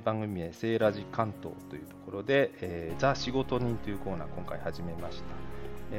番組名聖ラジ関東というところで、ザ仕事人というコーナー今回始めました。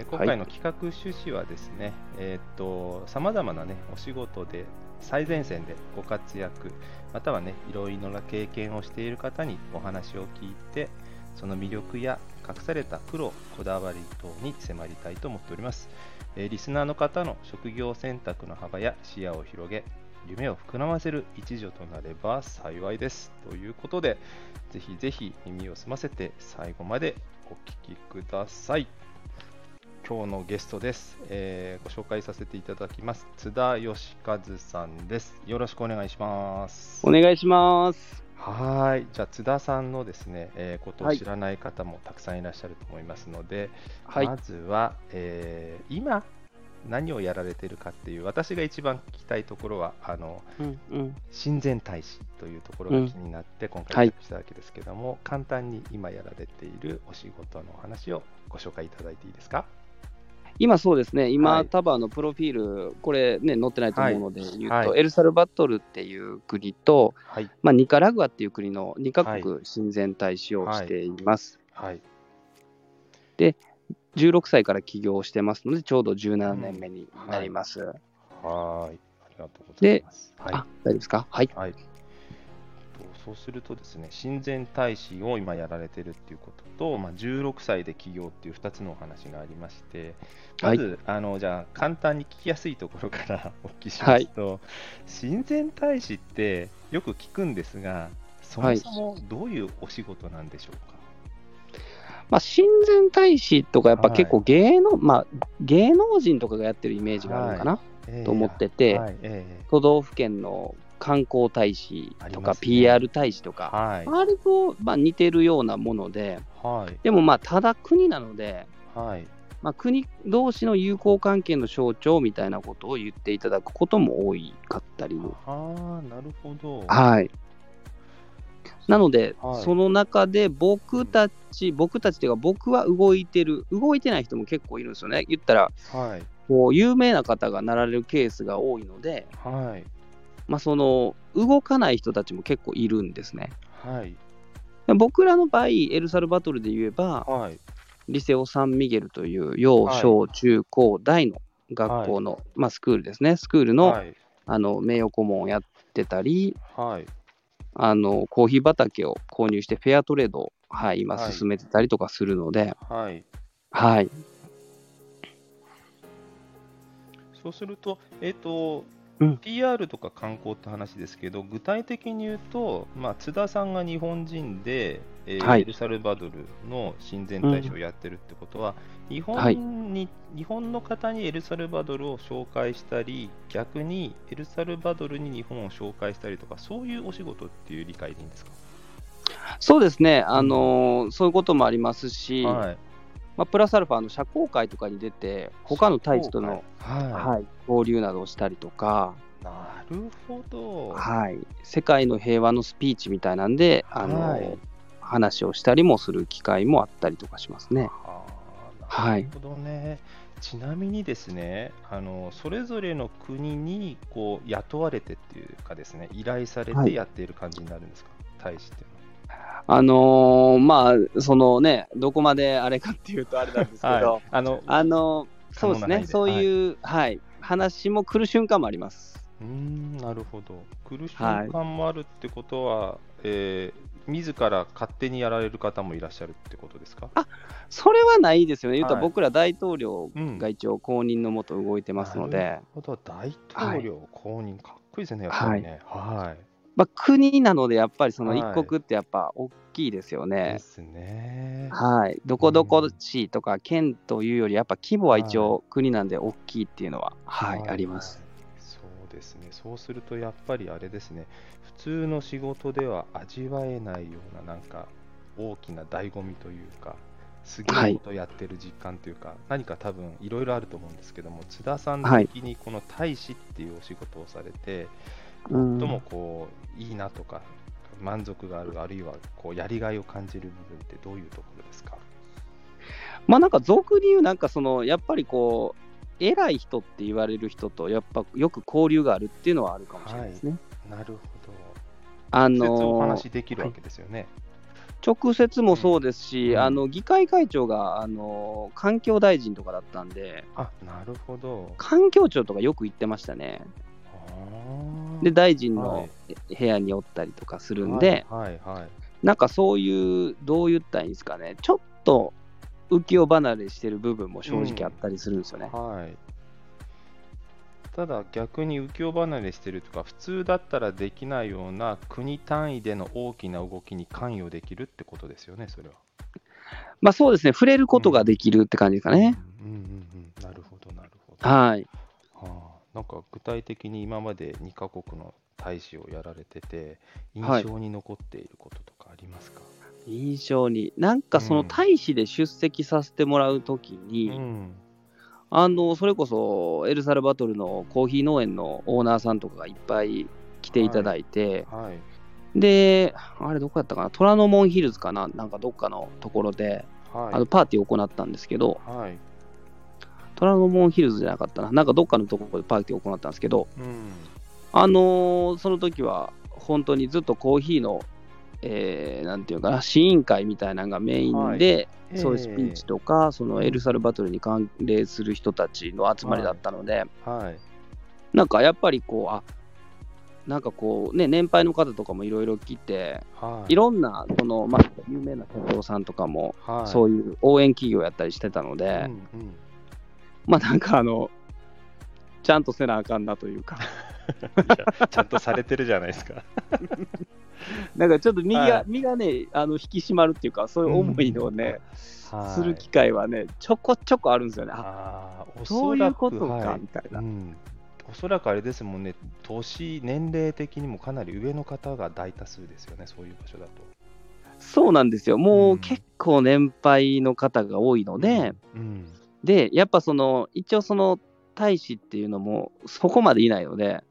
今回の企画趣旨はですね、さまざまなねお仕事で最前線でご活躍、またはねいろいろな経験をしている方にお話を聞いて、その魅力や隠された苦労、こだわり等に迫りたいと思っております。リスナーの方の職業選択の幅や視野を広げ、夢を膨らませる一助となれば幸いです。ということで、ぜひぜひ耳を澄ませて最後までお聞きください。今日のゲストです。ご紹介させていただきます。津田義和さんです。よろしくお願いします。 お願いします。 はい。じゃあ津田さんのですね、ことを知らない方もたくさんいらっしゃると思いますので、まずは、今何をやられているかっていう、私が一番聞きたいところは親善大使というところが気になって、今回したわけですけども、簡単に今やられているお仕事のお話をご紹介いただいていいですか？ 今そうですね、多分プロフィール、これね、載ってないと思うので言うと、エルサルバトルっていう国と、ニカラグアっていう国の2カ国親善大使をしています。で、16歳から起業してますので、ちょうど17年目になります。 はい、ありがとうございます。 大丈夫ですか？はい。 そうするとですね、親善大使を今やられているっていうことと、16歳で起業っていう2つのお話がありまして、まず、じゃあ簡単に聞きやすいところからお聞きしますと、親善大使ってよく聞くんですが、そもそもどういうお仕事なんでしょうか？ 親善大使とかやっぱ結構芸能人とかがやってるイメージがあるかな、と思ってて、都道府県の観光大使とか PR 大使とか、あれと似てるようなもので、でもただ国なので、国同士の友好関係の象徴みたいなことを言っていただくことも多かったり。 なるほど。 なので、その中で僕たちというか、僕は動いてない人も結構いるんですよね。言ったら、こう有名な方がなられるケースが多いので、その動かない人たちも結構いるんですね。僕らの場合、エルサルバトルで言えば、リセオ・サン・ミゲルという幼小中高大の学校の、スクールですね。スクールの、名誉顧問をやってたり、コーヒー畑を購入してフェアトレードを、今進めてたりとかするので、 そうすると、PR とか観光って話ですけど、具体的に言うと、津田さんが日本人で、エルサルバドルの親善大使をやってるってことは、日本の方にエルサルバドルを紹介したり、逆にエルサルバドルに日本を紹介したりとか、そういうお仕事っていう理解でいいんですか？ そうですね、そういうこともありますし、プラスアルファ社交界とかに出て、他の大使との、交流などをしたりとか、 なるほど、 世界の平和のスピーチみたいなんで、話をしたりもする機会もあったりとかしますね。 なるほどね。ちなみにですね、それぞれの国にこう雇われてっていうかですね、依頼されてやっている感じになるんですか、大使っていうのは。 そのね、どこまであれかっていうとあれなんですけど、そうですね、そういう、話も来る瞬間もあります。 なるほど。来る瞬間もあるってことは、自ら勝手にやられる方もいらっしゃるってことですか？ それはないですよね。言うと僕ら大統領が一応公認のもと動いてますので。 なるほど、大統領公認、かっこいいですね、やっぱりね。 国なのでやっぱりその一国ってやっぱ大きいですよね。 ですね。 どこどこ市とか県というよりやっぱ規模は一応国なんで大きいっていうのは、あります。 そうですね。そうするとやっぱりあれですね、普通の仕事では味わえないようななんか大きな醍醐味というか、すげえことやってる実感というか、何か多分いろいろあると思うんですけども、津田さん的にこの大使っていうお仕事をされて、最もこういいなとか満足がある、あるいはこうやりがいを感じる部分ってどういうところですか？ なんか俗に言うやっぱりこう偉い人って言われる人とやっぱよく交流があるっていうのはあるかもしれないですね。 なるほ直接お話できるわけですよね。 直接もそうですし、議会会長が環境大臣とかだったんで、 なるほど。 環境庁とかよく行ってましたね。で、大臣の部屋におったりとかするんで、なんかそういう、どう言ったらいいんですかね、ちょっと浮世離れしてる部分も正直あったりするんですよね。 ただ逆に浮世離れしてるとか、普通だったらできないような国単位での大きな動きに関与できるってことですよね、それは。 まあそうですね、触れることができるって感じですかね。 なるほど、なるほど。なんか具体的に今まで2カ国の大使をやられてて、印象に残っていることとかありますか？ 印象に、なんかその大使で出席させてもらうときに、それこそエルサルバトルのコーヒー農園のオーナーさんとかがいっぱい来ていただいて、で、あれどこやったかな、虎ノ門ヒルズかな、なんかどっかのところで、パーティーを行ったんですけど、虎ノ門ヒルズじゃなかったな、なんかどっかのところでパーティーを行ったんですけど、その時は本当にずっとコーヒーの、なんていうかな、試飲会みたいなのがメインで、そういうスピーチとか、そのエルサルバトルに関連する人たちの集まりだったので、なんかやっぱりこう、なんかこうね、年配の方とかもいろいろ来て、いろんなその、有名な社長さんとかも、そういう応援企業やったりしてたので、なんかちゃんとせなあかんなというかちゃんとされてるじゃないですかなんかちょっと身がね、引き締まるっていうか、そういう思いをね、する機会はね、ちょこちょこあるんですよね。そういうことか、みたいな。 おそらくあれですもんね、年齢的にもかなり上の方が大多数ですよね、そういう場所だと。 そうなんですよ。もう結構年配の方が多いので、で、やっぱ一応その大使っていうのもそこまでいないので、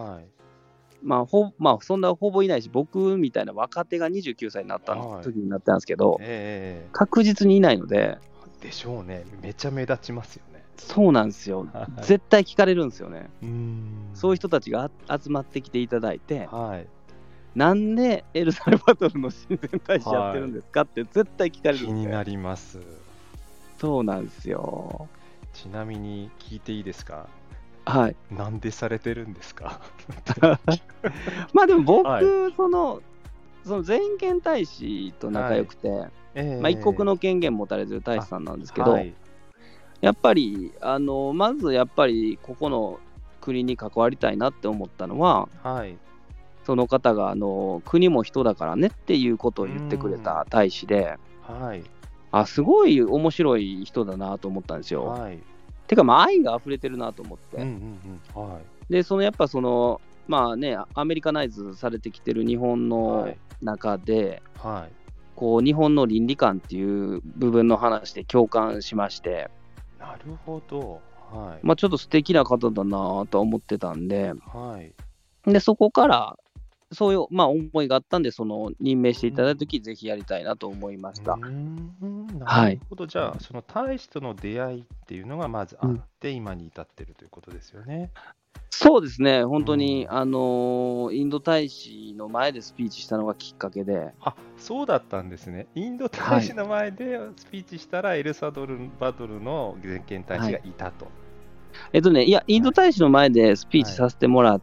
そんなほぼいないし、僕みたいな若手が29歳になった時になったんですけど、確実にいないので。 でしょうね、めちゃ目立ちますよね。 そうなんですよ。絶対聞かれるんですよね。そういう人たちが集まってきていただいて、なんでエルサルバトルの親善大使やってるんですかって絶対聞かれるんで。 気になります。 そうなんですよ。 ちなみに聞いていいですか？なんでされてるんですか？ でも僕、その全権大使と仲良くて、一国の権限持たれてる大使さんなんですけど、やっぱりまずやっぱりここの国に関わりたいなって思ったのは、その方が国も人だからねっていうことを言ってくれた大使で、すごい面白い人だなと思ったんですよ。てか愛が溢れてるなと思って、でやっぱアメリカナイズされてきてる日本の中で、こう日本の倫理観っていう部分の話で共感しまして。 なるほど。 ちょっと素敵な方だなと思ってたんで、でそこからそういう、思いがあったんで、任命していただいたとき、ぜひやりたいなと思いました。 なるほど。じゃあ、その大使との出会いっていうのがまずあって、今に至ってるということですよね。 そうですね、本当に、インド大使の前でスピーチしたのがきっかけで。 そうだったんですね。インド大使の前でスピーチしたら、エルサルバトルの全権大使がいたと。 いや、インド大使の前でスピーチさせてもらって、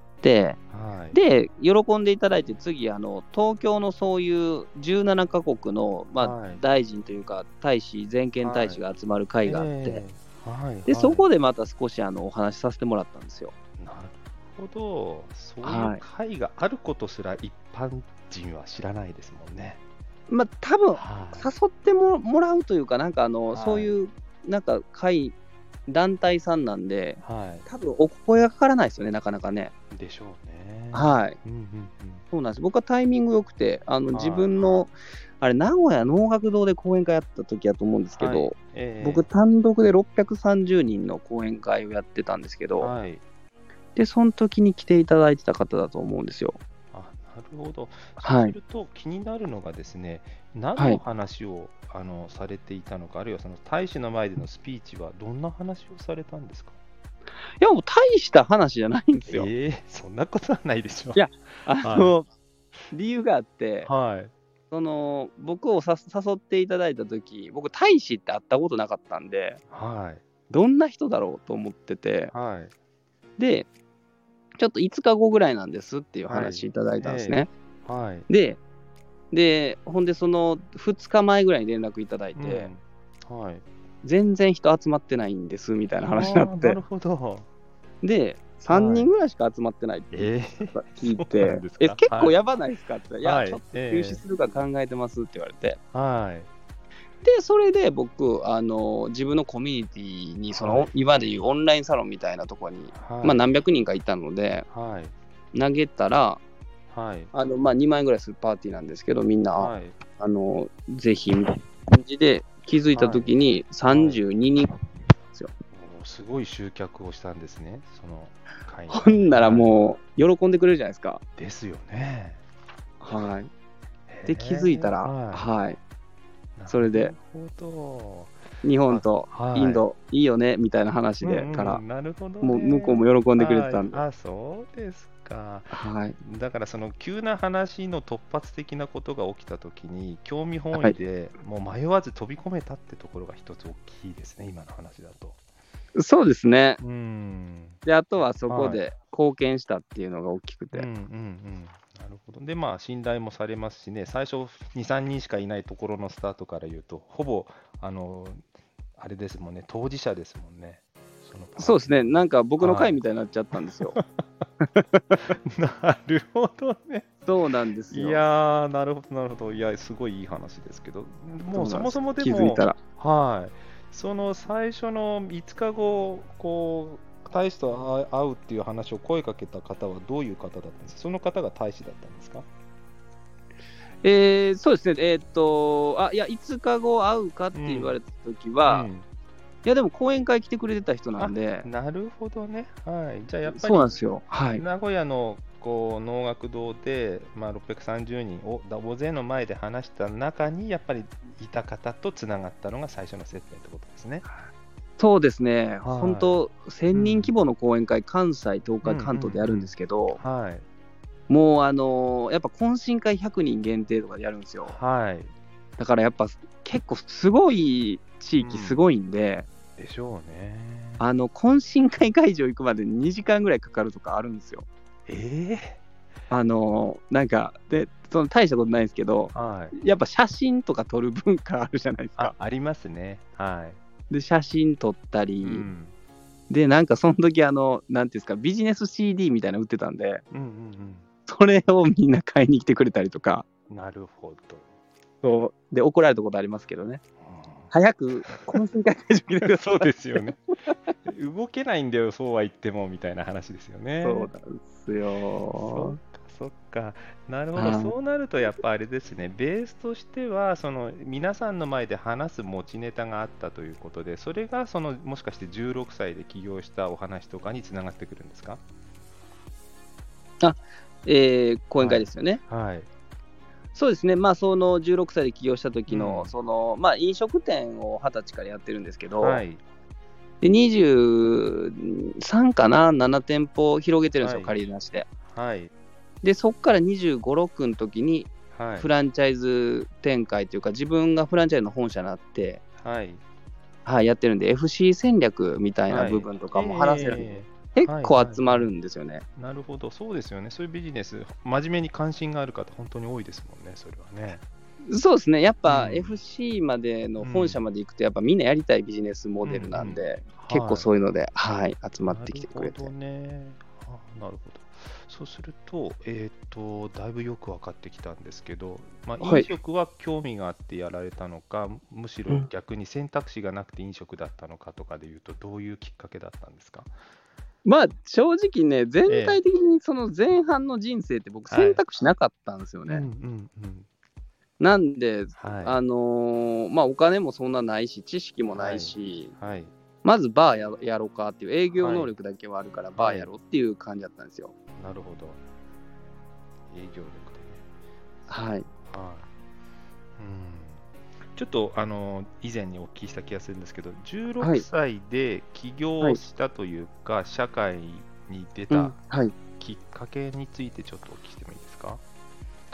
で、喜んでいただいて、次、東京のそういう17カ国の、大臣というか、大使、全権大使が集まる会があって、でそこでまた少しお話しさせてもらったんですよ。 なるほど、そういう会があることすら一般人は知らないですもんね。 多分誘ってもらうというか、なんかそういうなんか会団体さんなんで、多分お声がかからないですよね、なかなかね。 でしょうね。 そうなんです。僕はタイミング良くて、自分のあれ名古屋能楽堂で講演会やった時やと思うんですけど、僕単独で630人の講演会をやってたんですけど、でその時に来ていただいてた方だと思うんですよ。 なるほど。そうすると気になるのがですね、何の話を、されていたのか、あるいはその大使の前でのスピーチはどんな話をされたんですか？ いや、もう大した話じゃないんですよ。 そんなことはないでしょう。 いや、 理由があって、 はい。 僕を誘っていただいたとき、僕、大使って会ったことなかったんで、 はい。 どんな人だろうと思ってて、 はい。 で、ちょっと5日後ぐらいなんですっていうはい。 話いただいたんですね。 はい。 で、ほんでその2日前ぐらいに連絡いただいて、 はい。 全然人集まってないんですみたいな話になっなて、 るほど。 で、3人ぐらいしか集まってないって聞いそうなてんです、か結構やばないですかって言ったら、 はいいや、ちょっと休止するか考えてますって言われて、 はい。 で、それで僕、自分のコミュニティに、 はい今でいうオンラインサロンみたいなところに、 はい。 まあ何百人かいたので、 はい。 投げたら、 はい。 まあ2万円ぐらいするパーティーなんですけど、みんな、 はい。 ぜひ、みたいな感じで気づいたときに32人ですよ。 すごい集客をしたんですね、その会に。 ほんならもう、喜んでくれるじゃないですか。 ですよね。 はい。で、気づいたら、はい。それで、日本とインド、いいよね、みたいな話でから、 なるほど、 もう向こうも喜んでくれてたんで。 あ、そうですか。 はい。 だからその急な話の突発的なことが起きたときに、興味本位でもう迷わず飛び込めたってところが一つ大きいですね、今の話だと。 そうですね。で、あとはそこで貢献したっていうのが大きくて。 なるほど。で、まあ、信頼もされますしね、最初2、3人しかいないところのスタートから言うと、ほぼ、あれですもんね、当事者ですもんね。 そうですね、なんか僕の会みたいになっちゃったんですよ。 なるほどね。 そうなんですよ。 いやー、なるほど、なるほど。いや、すごいいい話ですけど、もうそもそもでも、 気づいたら。 はい。その最初の5日後、こう、大使と会うっていう話を声かけた方はどういう方だったんですか？その方が大使だったんですか？ そうですね、いや、5日後会うかって言われたときは、いや、でも講演会来てくれてた人なんで。 なるほどね。はい。じゃあやっぱり、 そうなんですよ。はい。 名古屋のこう能楽堂で、まあ、630人を大勢の前で話した中に、やっぱりいた方とつながったのが最初の接点ってことですね。 そうですね、本当、1000人規模の講演会、関西、東海、関東でやるんですけど、もうやっぱ懇親会100人限定とかでやるんですよ。 はい。 だからやっぱ結構すごい地域すごいんで、 でしょうね。 懇親会会場行くまで2時間ぐらいかかるとかあるんですよ。なんかで大したことないんですけど、やっぱ写真とか撮る文化あるじゃないですか。 ありますね。はい。 で写真撮ったり、でなんかその時なんていうんですか、ビジネス CD みたいなの売ってたんで、それをみんな買いに来てくれたりとか。 なるほど。 そうで怒られたことありますけどね。早く懇親会会場来てください。 そうですよね。動けないんだよ、そうは言ってもみたいな話ですよね。 そうなんですよ。 そっか。なるほど。そうなるとやっぱあれですね、ベースとしてはその皆さんの前で話す持ちネタがあったということで、それがもしかして16歳で起業したお話とかにつながってくるんですか？ 講演会ですよね。 はい。 そうですね、まあ、その16歳で起業した時の、まあ、飲食店を20歳からやってるんですけど、で23かな、7店舗広げてるんですよ、借り出して。で、そこから25、6の時に、フランチャイズ展開というか、自分がフランチャイズの本社になって、やってるんで、FC 戦略みたいな部分とかも話せるんで。結構集まるんですよね。 なるほど、そうですよね。そういうビジネス、真面目に関心がある方、本当に多いですもんね、それはね。 そうですね、やっぱ FC までの本社まで行くと、やっぱみんなやりたいビジネスモデルなんで、結構そういうので、集まってきてくれて。 なるほどね。なるほど。そうすると、だいぶよく分かってきたんですけど、まあ、飲食は興味があってやられたのか、むしろ逆に選択肢がなくて飲食だったのかとかでいうと、どういうきっかけだったんですか？ まあ正直ね、全体的にその前半の人生って僕選択肢なかったんですよね。なんで、まあお金もそんなないし、知識もないし、まずバーやろうかっていう営業能力だけはあるからバーやろうっていう感じだったんですよ。 なるほど。営業力でね。 はい。 ちょっと以前にお聞きした気がするんですけど、16歳で起業したというか、社会に出たきっかけについてちょっとお聞きしてもいいですか？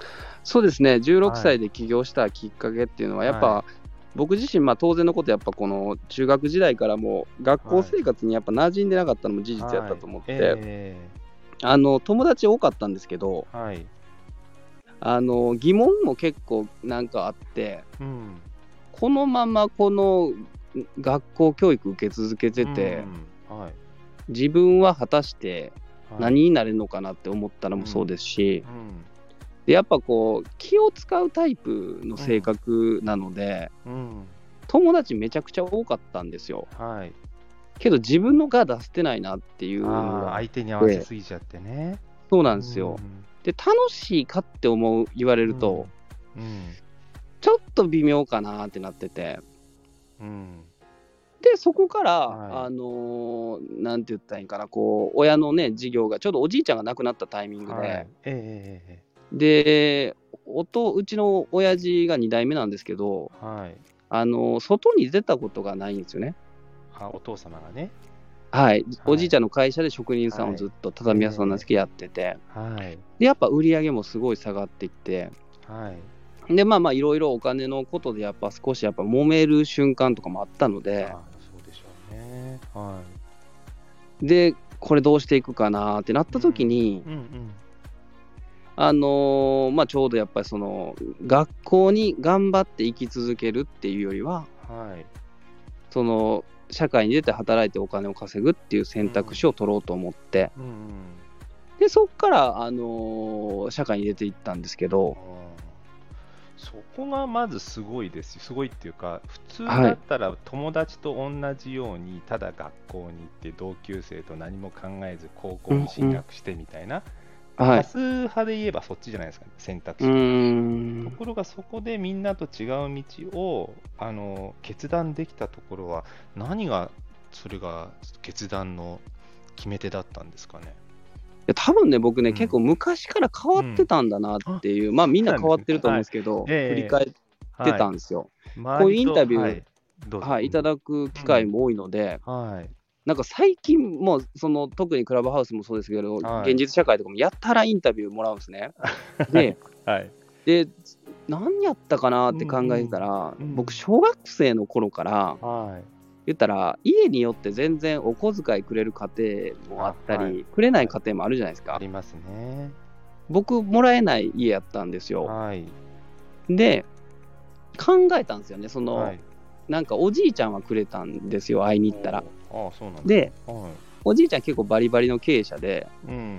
そうですね、16歳で起業したきっかけっていうのは、やっぱ、僕自身、当然のこと、やっぱこの中学時代からも学校生活にやっぱ馴染んでなかったのも事実やったと思って、友達多かったんですけど、疑問も結構なんかあって、このままこの学校教育受け続けてて、自分は果たして何になれるのかなって思ったのもそうですし、でやっぱこう気を使うタイプの性格なので、友達めちゃくちゃ多かったんですよ。けど自分のが出せてないなっていうのが相手に合わせすぎちゃってね。 そうなんですよ。で楽しいかって言われると、ちょっと微妙かなってなってて、でそこから、なんて言ったらいいんかな、こう親のね事業がちょうどおじいちゃんが亡くなったタイミングで、でうちの親父が2代目なんですけど、外に出たことがないんですよね。 お父様がね。 おじいちゃんの会社で職人さんをずっと畳屋さんなんですけどやってて、でやっぱ売り上げもすごい下がっていって、でいろいろお金のことでやっぱ少しやっぱ揉める瞬間とかもあったので、 そうでしょうね。 でこれどうしていくかなってなった時に、ちょうどやっぱりその学校に頑張って生き続けるっていうよりは、その社会に出て働いてお金を稼ぐっていう選択肢を取ろうと思って、でそこから、社会に出ていったんですけど、 そこがまずすごいですよ。すごいっていうか、普通だったら友達と同じようにただ学校に行って同級生と何も考えず高校に進学してみたいな、多数派で言えばそっちじゃないですか、ね、選択肢。ところがそこでみんなと違う道を決断できたところは、何がそれが決断の決め手だったんですかね。 多分ね、僕ね、結構昔から変わってたんだなっていう、みんな変わってると思うんですけど、振り返ってたんですよ。こういうインタビュー、いただく機会も多いので、なんか最近も特にクラブハウスもそうですけど、現実社会とかもやったらインタビューもらうんですね。で、何やったかなって考えたら、僕小学生の頃から、言ったら家によって全然お小遣いくれる家庭もあったり、くれない家庭もあるじゃないですか。 ありますね。 僕もらえない家やったんですよ。で考えたんですよね。なんかおじいちゃんはくれたんですよ、会いに行ったら。で、おじいちゃん結構バリバリの経営者で、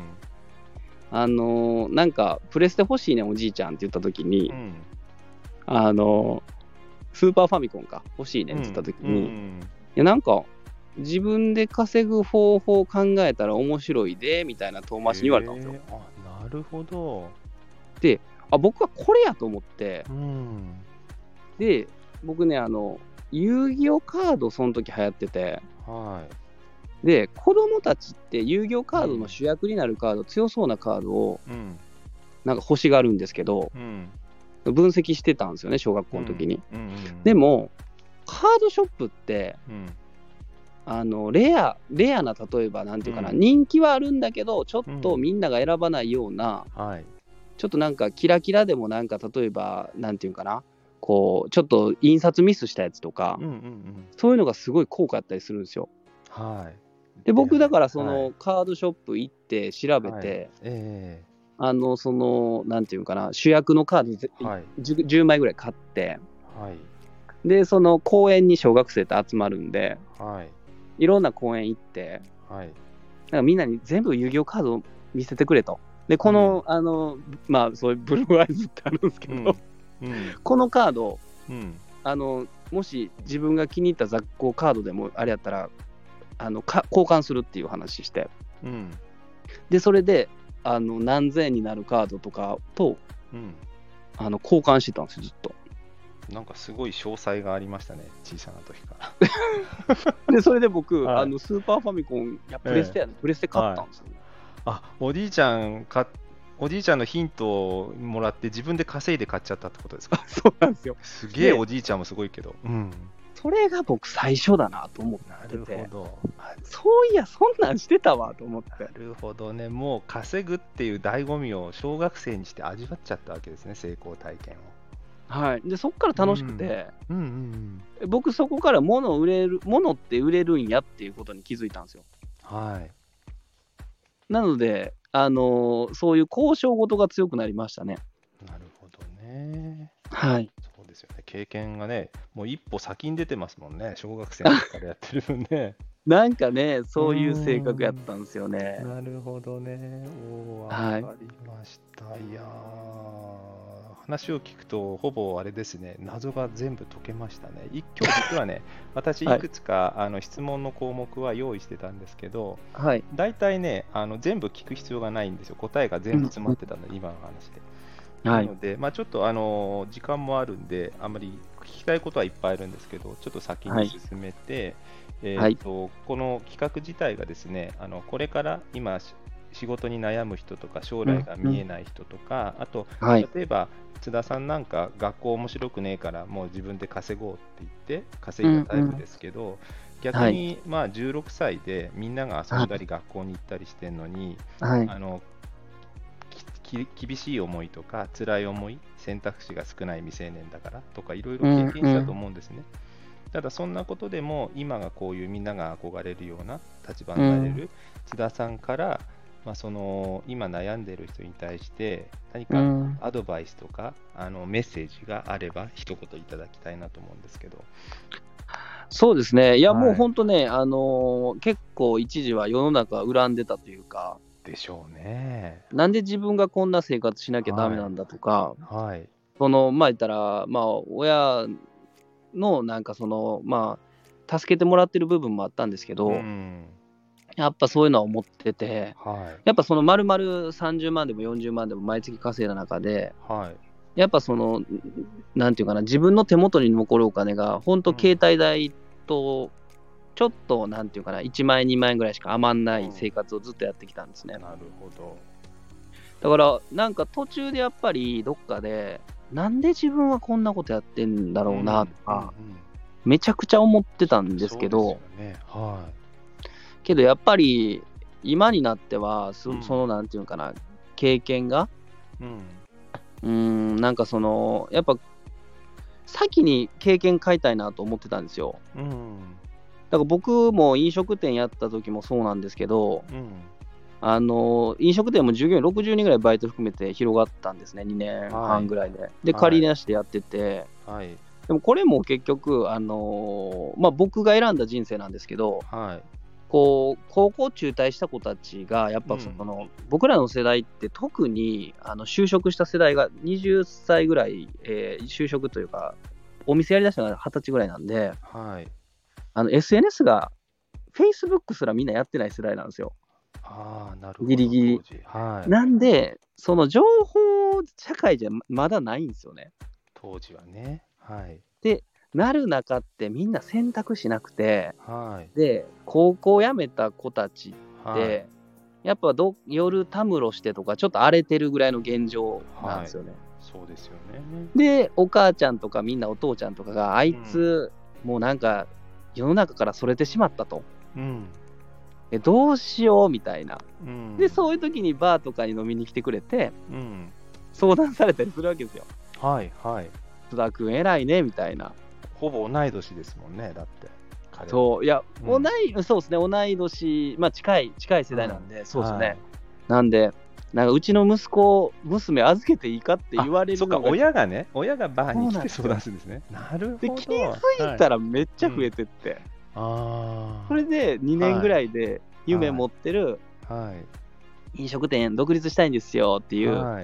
なんかプレステ欲しいねおじいちゃんって言った時に、スーパーファミコンか欲しいねって言った時に、いやなんか自分で稼ぐ方法を考えたら面白いでみたいな遠回しに言われたんですよ。 なるほど。 で、僕はこれやと思って、で僕ね遊戯王カードその時流行ってて、で子供たちって遊戯王カードの主役になるカード、強そうなカードをなんか欲しがるんですけど、分析してたんですよね、小学校の時に。でもカードショップって、レアな、例えばなんていうかな、人気はあるんだけどちょっとみんなが選ばないような、ちょっとなんかキラキラでもなんか例えばなんていうかな、こうちょっと印刷ミスしたやつとか、そういうのがすごい高価だったりするんですよ。で僕だからそのカードショップ行って調べて、なんていうかな、主役のカード 10枚ぐらい買って、でその公園に小学生と集まるんで、いろんな公園行って、なんかみんなに全部遊戯王カードを見せてくれと。でこの、そういうブルーアイズってあるんですけど、このカード、もし自分が気に入った雑魚カードでもあれやったら交換するっていう話して、でそれで何千円になるカードとかと、交換してたんですよ、ずっと。 なんかすごい詳細がありましたね、小さな時からでそれで僕、スーパーファミコンプレステ買ったんですよ、 おじいちゃんのヒントをもらって自分で稼いで買っちゃったってことですか。 そうなんですよ。 すげえ、おじいちゃんもすごいけど。 それが僕最初だなと思ってて。 なるほど。 そういや、そんなんしてたわと思って。 なるほどね。もう稼ぐっていう醍醐味を小学生にして味わっちゃったわけですね、成功体験を。 はい。で、そこから楽しくて、僕そこから物って売れるんやっていうことに気づいたんですよ。 はい。 なので、そういう交渉事が強くなりましたね。 なるほどね。 はい。 そうですよね。経験がね、もう一歩先に出てますもんね。小学生の時からやってる分ね。 なんかね、そういう性格やったんですよね。 なるほどね。わかりました。いや話を聞くと、ほぼあれですね、謎が全部解けましたね。今日実はね、私、いくつか、質問の項目は用意してたんですけど、大体ね、全部聞く必要がないんですよ。答えが全部詰まってたので、今の話で。なので、ちょっと時間もあるんで、あんまり聞きたいことはいっぱいあるんですけど、ちょっと先に進めて、この企画自体がですね、これから今、仕事に悩む人とか、将来が見えない人とか、あと、例えば、津田さんなんか、学校面白くねえから、もう自分で稼ごうって言って、稼いだタイプですけど、逆に、16歳でみんなが遊んだり、学校に行ったりしてるのに、厳しい思いとか辛い思い、選択肢が少ない未成年だからとかいろいろ経験したと思うんですね。ただそんなことでも今がこういうみんなが憧れるような立場になれる津田さんから、その今悩んでいる人に対して何かアドバイスとかメッセージがあれば一言いただきたいなと思うんですけど。 そうですね。いや、もう本当ね、結構一時は世の中恨んでたというか、 でしょうね。 なんで自分がこんな生活しなきゃダメなんだとか、言ったら、親のなんか助けてもらってる部分もあったんですけど、やっぱそういうのは思ってて、やっぱその丸々30万でも40万でも毎月稼いだ中で、やっぱなんていうかな、自分の手元に残るお金が、本当携帯代と、ちょっとなんていうかな、1万円、2万円ぐらいしか余んない生活をずっとやってきたんですね。 なるほど。 だから、なんか途中でやっぱりどっかで、なんで自分はこんなことやってんだろうなとか、めちゃくちゃ思ってたんですけど、けどやっぱり今になっては、そのなんていうかな、経験が、なんかやっぱ先に経験買いたいなと思ってたんですよ。だから僕も飲食店やった時もそうなんですけど、飲食店も従業員60人ぐらいバイト含めて広がったんですね、2年半ぐらいで。で、借り出してやってて、でもこれも結局、僕が選んだ人生なんですけど、高校中退した子たちが、やっぱ僕らの世代って特に就職した世代が20歳ぐらい、就職というか、お店やりだしたのが20歳ぐらいなんで、SNS が、Facebook すらみんなやってない世代なんですよ。 なるほど。 ギリギリ。なんで、その情報社会じゃまだないんですよね。 当時はね。 で、なる中ってみんな選択しなくて、で、高校辞めた子たちって、やっぱ夜たむろしてとか、ちょっと荒れてるぐらいの現状なんですよね。 そうですよね。 で、お母ちゃんとかみんなお父ちゃんとかが、あいつ、もうなんか、世の中からそれてしまったと。どうしようみたいな。で、そういう時にバーとかに飲みに来てくれて、相談されたりするわけですよ。津田君偉いねみたいな。 ほぼ同い年ですもんね、だって。 そう、いや、そうですね、同い年、近い世代なんで、そうですね。なんで、なんかうちの娘預けていいかって言われるのが。 そうか、親がバーに来て相談するんですね。なるほど。 で、気づいたらめっちゃ増えてって。それで2年ぐらいで夢持ってる、飲食店独立したいんですよっていう、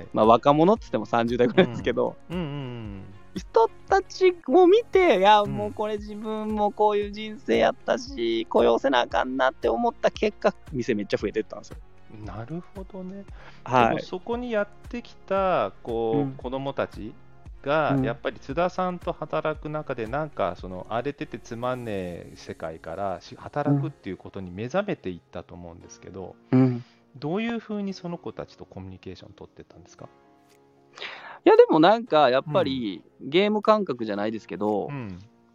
若者って言っても30代ぐらいですけど、人たちを見て、いや、もうこれ自分もこういう人生やったし、雇用せなあかんなって思った結果、店めっちゃ増えてったんですよ。 なるほどね。でもそこにやってきた子供たちが、やっぱり津田さんと働く中で、なんか荒れててつまんねえ世界から働くっていうことに目覚めていったと思うんですけど、どういうふうにその子たちとコミュニケーション取ってたんですか？ いやでもなんかやっぱりゲーム感覚じゃないですけど、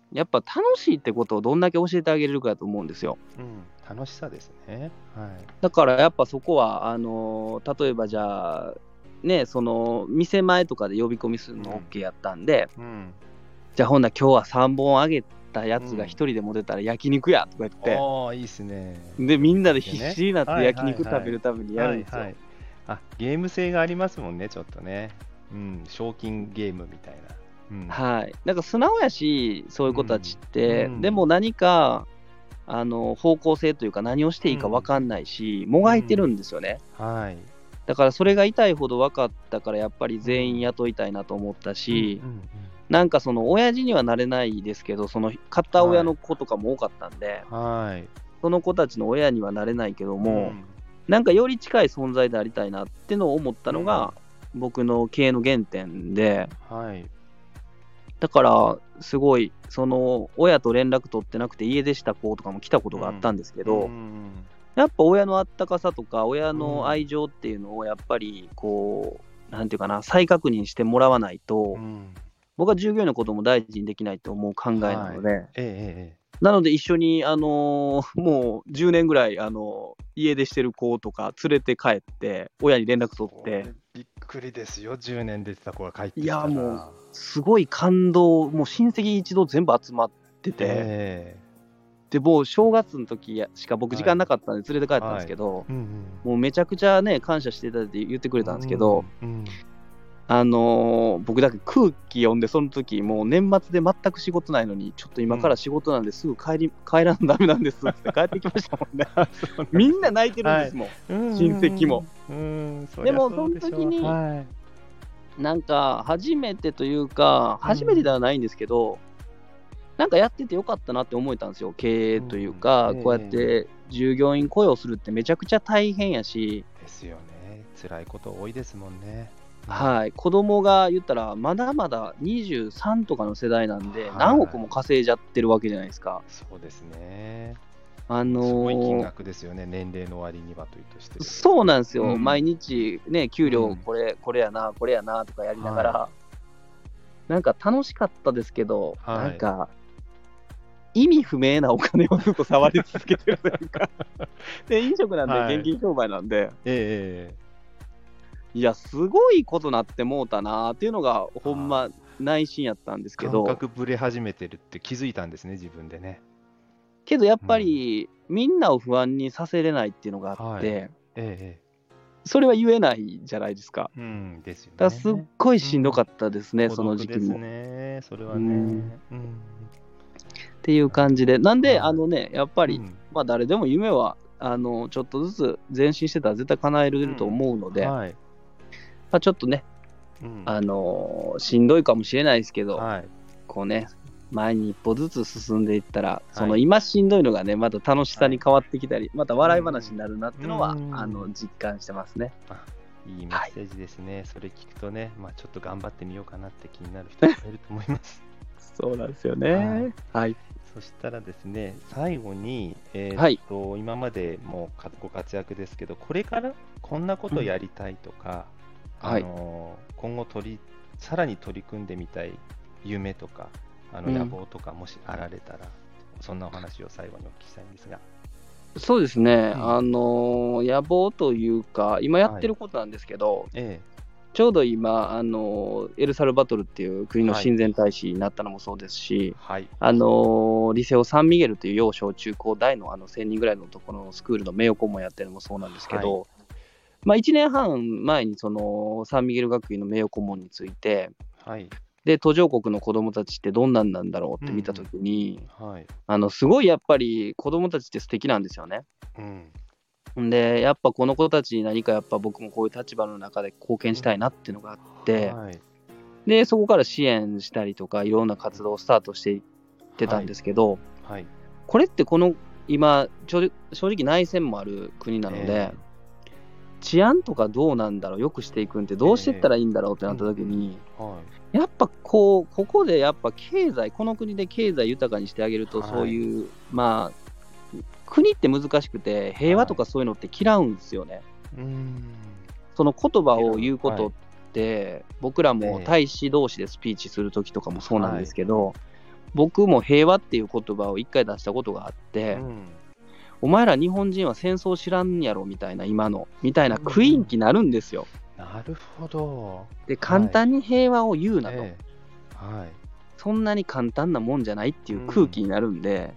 やっぱ楽しいってことをどんだけ教えてあげれるかだと思うんですよ。 楽しさですね。はい。 だからやっぱそこは例えばじゃあね、その店前とかで呼び込みするの OK やったんで、じゃあほんなら今日は3本あげたやつが1人で持てたら焼肉やとか言って、 いいっすね。 でみんなで必死になって焼肉食べるためにやるんですよ。 ゲーム性がありますもんね、ちょっとね。賞金ゲームみたいな。 はい。なんか素直やし、そういう子たちって、でも何か方向性というか何をしていいか分かんないし、もがいてるんですよね。 はい。 だからそれが痛いほど分かったからやっぱり全員雇いたいなと思ったし、なんかその親父にはなれないですけど、その片親の子とかも多かったんで、その子たちの親にはなれないけども、なんかより近い存在でありたいなってのを思ったのが、僕の経営の原点で、だからすごいその親と連絡取ってなくて家出した子とかも来たことがあったんですけど、やっぱ親のあったかさとか親の愛情っていうのをやっぱりこうなんていうかな、再確認してもらわないと、僕は従業員のことも大事にできないと思う考えなので、なので一緒にもう10年ぐらい家出してる子とか連れて帰って親に連絡取って、 びっくりですよ、10年出てた子が帰ってきたら。 いやもうすごい感動、もう親戚一同全部集まってて、でもう正月の時しか僕時間なかったんで連れて帰ったんですけど、もうめちゃくちゃね感謝していただいて言ってくれたんですけど、僕だけ空気読んで、その時もう年末で全く仕事ないのに、ちょっと今から仕事なんですぐ帰らんとダメなんですって帰ってきましたもんね。みんな泣いてるんですもん、親戚も。でもその時に、なんか初めてというか、初めてではないんですけど、なんかやっててよかったなって思えたんですよ、経営というか、こうやって従業員雇用するってめちゃくちゃ大変やし。 ですよね、辛いこと多いですもんね。 はい、子供が言ったらまだまだ23とかの世代なんで、何億も稼いじゃってるわけじゃないですか。 そうですね。すごい金額ですよね、年齢の割にはというとして。 そうなんですよ、毎日ね、給料これやな、これやなとかやりながら、なんか楽しかったですけど、なんか意味不明なお金をずっと触り続けてるというかで、飲食なんで現金商売なんで、いやすごいことなってもうたなっていうのがほんま内心やったんですけど、 感覚ぶれ始めてるって気づいたんですね、自分でね。 けどやっぱり、みんなを不安にさせれないっていうのがあって、それは言えないじゃないですか。 ですよね。 だからすっごいしんどかったですね、その時期も。 それはね。 っていう感じで、なんでやっぱり、まあ誰でも夢はちょっとずつ前進してたら絶対叶えると思うので、まあ、ちょっとね、しんどいかもしれないですけど、こうね、前に一歩ずつ進んでいったら、その今しんどいのがね、また楽しさに変わってきたり、また笑い話になるなっていうのは、実感してますね。 いいメッセージですね。それ聞くとね、ちょっと頑張ってみようかなって気になる人がいると思います。 そうなんですよね。 そしたらですね、最後に、今までもご活躍ですけど、これからこんなことやりたいとか、今後さらに取り組んでみたい夢とか、野望とかもしあられたら、そんなお話を最後にお聞きしたいんですが。 そうですね、野望というか、今やってることなんですけど、ちょうど今エルサルバトルっていう国の親善大使になったのもそうですし、リセオ・サンミゲルという幼小中高大の1000人ぐらいのところのスクールの名誉顧問やってるのもそうなんですけど、1年半前にそのサンミゲル学院の名誉顧問について、で途上国の子どもたちってどんなんなんだろうって見たときに、すごいやっぱり子どもたちって素敵なんですよね。でやっぱこの子たちに何かやっぱ僕もこういう立場の中で貢献したいなっていうのがあって、でそこから支援したりとかいろんな活動をスタートしていってたんですけど、これってこの今正直内戦もある国なので、治安とかどうなんだろう、よくしていくんってどうしていったらいいんだろうってなった時に、やっぱここでやっぱ経済、この国で経済豊かにしてあげると、そういう国って難しくて平和とかそういうのって嫌うんですよね。その言葉を言うことって、僕らも大使同士でスピーチするときとかもそうなんですけど、 僕も平和っていう言葉を一回出したことがあって、お前ら日本人は戦争知らんやろみたいな、今のみたいな雰囲気になるんですよ。 なるほど。 で、簡単に平和を言うなと、 はい、 そんなに簡単なもんじなっていう空気になるんで、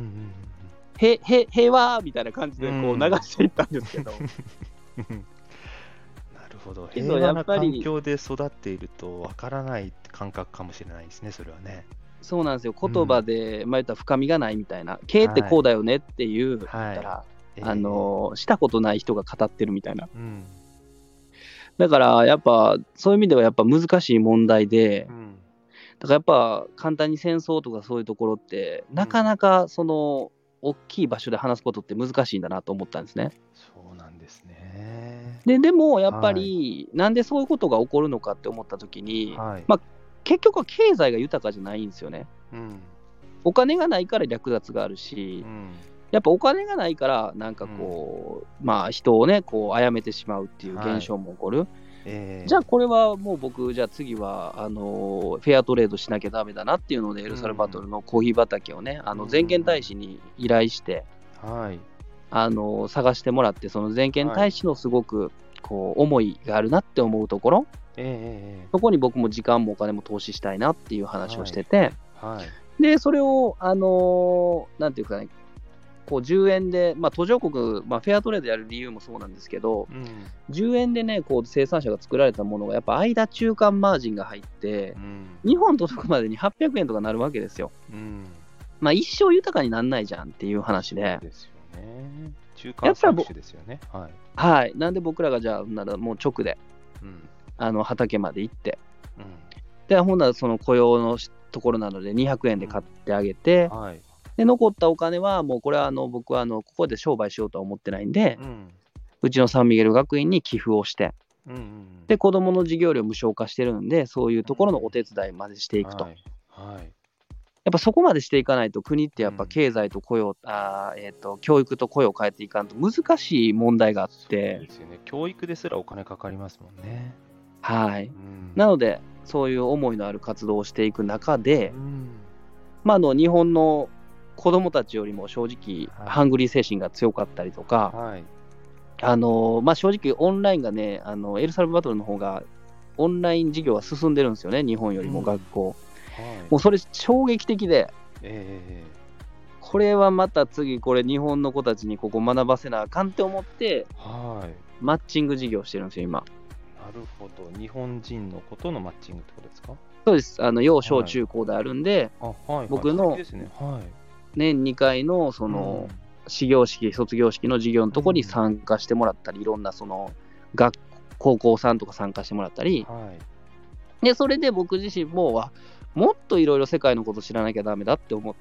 平和みたいな感じでこう流していったんですけど、 なるほど。平和な環境で育っているとわからない感覚かもしれないですね、それはね。 そうなんですよ。言葉で、言ったら深みがないみたいな、経ってこうだよねっていう、言ったら、したことない人が語ってるみたいな。だからやっぱそういう意味ではやっぱ難しい問題で、だからやっぱ簡単に戦争とかそういうところってなかなかその大きい場所で話すことって難しいんだなと思ったんですね。 そうなんですね。 でもやっぱりなんでそういうことが起こるのかって思った時に、結局は経済が豊かじゃないんですよね。お金がないから略奪があるし、やっぱお金がないからなんかこう、人をねこう殺めてしまうっていう現象も起こる。じゃあこれはもう僕じゃあ次はフェアトレードしなきゃダメだなっていうので、エルサルバドルのコーヒー畑をね全権大使に依頼して、探してもらって、その全権大使のすごくこう思いがあるなって思うところ、そこに僕も時間もお金も投資したいなっていう話をしてて、でそれをなんていうかね、こう10円で、途上国、フェアトレードやる理由もそうなんですけど、10円でねこう生産者が作られたものがやっぱ間中間マージンが入って、日本届くまでに800円とかなるわけですよ。一生豊かになんないじゃんっていう話で。 ですよね。中間搾取ですよね。 なんで僕らがじゃあならもう直で、畑まで行って、でほんならその雇用のところなので200円で買ってあげて、で残ったお金はもうこれは僕はここで商売しようとは思ってないんで、うちのサンミゲル学院に寄付をして、で子どもの授業料無償化してるんで、そういうところのお手伝いまでしていくと。やっぱそこまでしていかないと、国ってやっぱ経済と雇用、教育と雇用を変えていかんと難しい問題があって、 そうですよね。教育ですらお金かかりますもんね。 なのでそういう思いのある活動をしていく中で、日本の子どもたちよりも正直、ハングリー精神が強かったりとか、正直オンラインがね、エルサルバドルの方がオンライン授業は進んでるんですよね、日本よりも学校。もうそれ衝撃的で、これはまた次これ日本の子たちにここ学ばせなあかんって思って、マッチング授業してるんですよ今。 なるほど。日本人の子とのマッチングってことですか？ そうです。幼小中高であるんで、僕の年2回のその始業式、卒業式の授業のところに参加してもらったり、いろんなその高校さんとか参加してもらったり、でそれで僕自身ももっといろいろ世界のこと知らなきゃダメだって思って、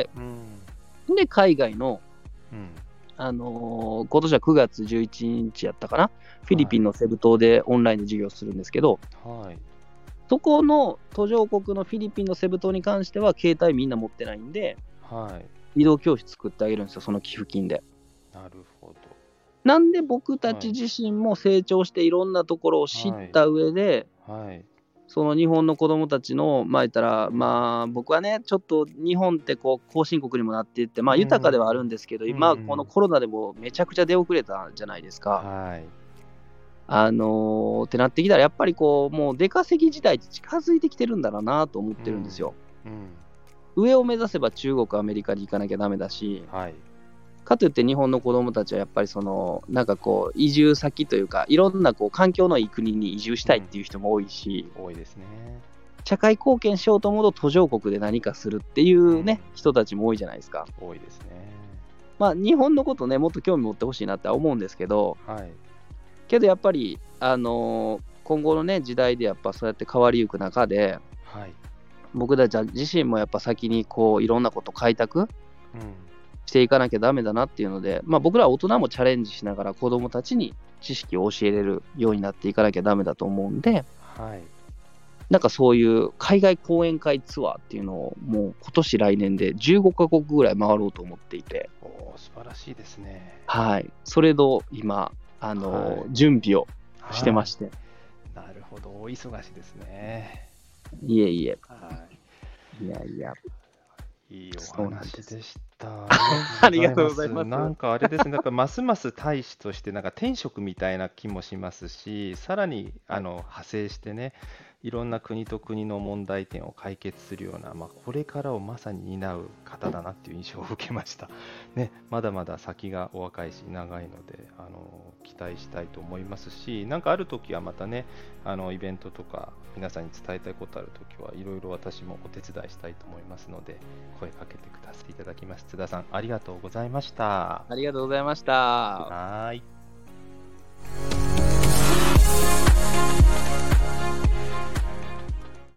で海外の、今年は9月11日やったかな、フィリピンのセブ島でオンラインで授業するんですけど、そこの途上国のフィリピンのセブ島に関しては携帯みんな持ってないんで、移動教室作ってあげるんですよ、その寄付金で。 なるほど。 なんで僕たち自身も成長していろんなところを知った上で、その日本の子どもたちの、言ったら、僕はね、ちょっと日本ってこう後進国にもなっていって、豊かではあるんですけど、今、このコロナでもめちゃくちゃ出遅れたじゃないですか。ってなってきたら、やっぱりこう、もう出稼ぎ時代って近づいてきてるんだろうなと思ってるんですよ。上を目指せば中国、アメリカに行かなきゃダメだし、かといって日本の子どもたちはやっぱりそのなんかこう移住先というか、いろんなこう環境のいい国に移住したいっていう人も多いし、 多いですね。 社会貢献しようと思うと途上国で何かするっていうね、人たちも多いじゃないですか。 多いですね。 日本のことね、もっと興味持ってほしいなって思うんですけど、けどやっぱり今後のね時代でやっぱそうやって変わりゆく中で、僕たち自身もやっぱ先にこういろんなこと開拓、していかなきゃダメだなっていうので、僕ら大人もチャレンジしながら子どもたちに知識を教えれるようになっていかなきゃダメだと思うんで、なんかそういう海外講演会ツアーっていうのをもう今年来年で15カ国ぐらい回ろうと思っていて、 素晴らしいですね。 それの今準備をしてまして、 なるほど、お忙しいですね。 いえいえ、いやいいお話でした。 ありがとうございます。 なんかあれですね、なんかますます大使としてなんか天職みたいな気もしますし、さらに派生してね、いろんな国と国の問題点を解決するような、これからをまさに担う方だなっていう印象を受けました。ね、まだまだ先がお若いし長いので、期待したいと思いますし、なんかあるときはまたね、イベントとか皆さんに伝えたいことあるときはいろいろ私もお手伝いしたいと思いますので、声かけてくださいいただきます。津田さん、ありがとうございました。 ありがとうございました。 はい。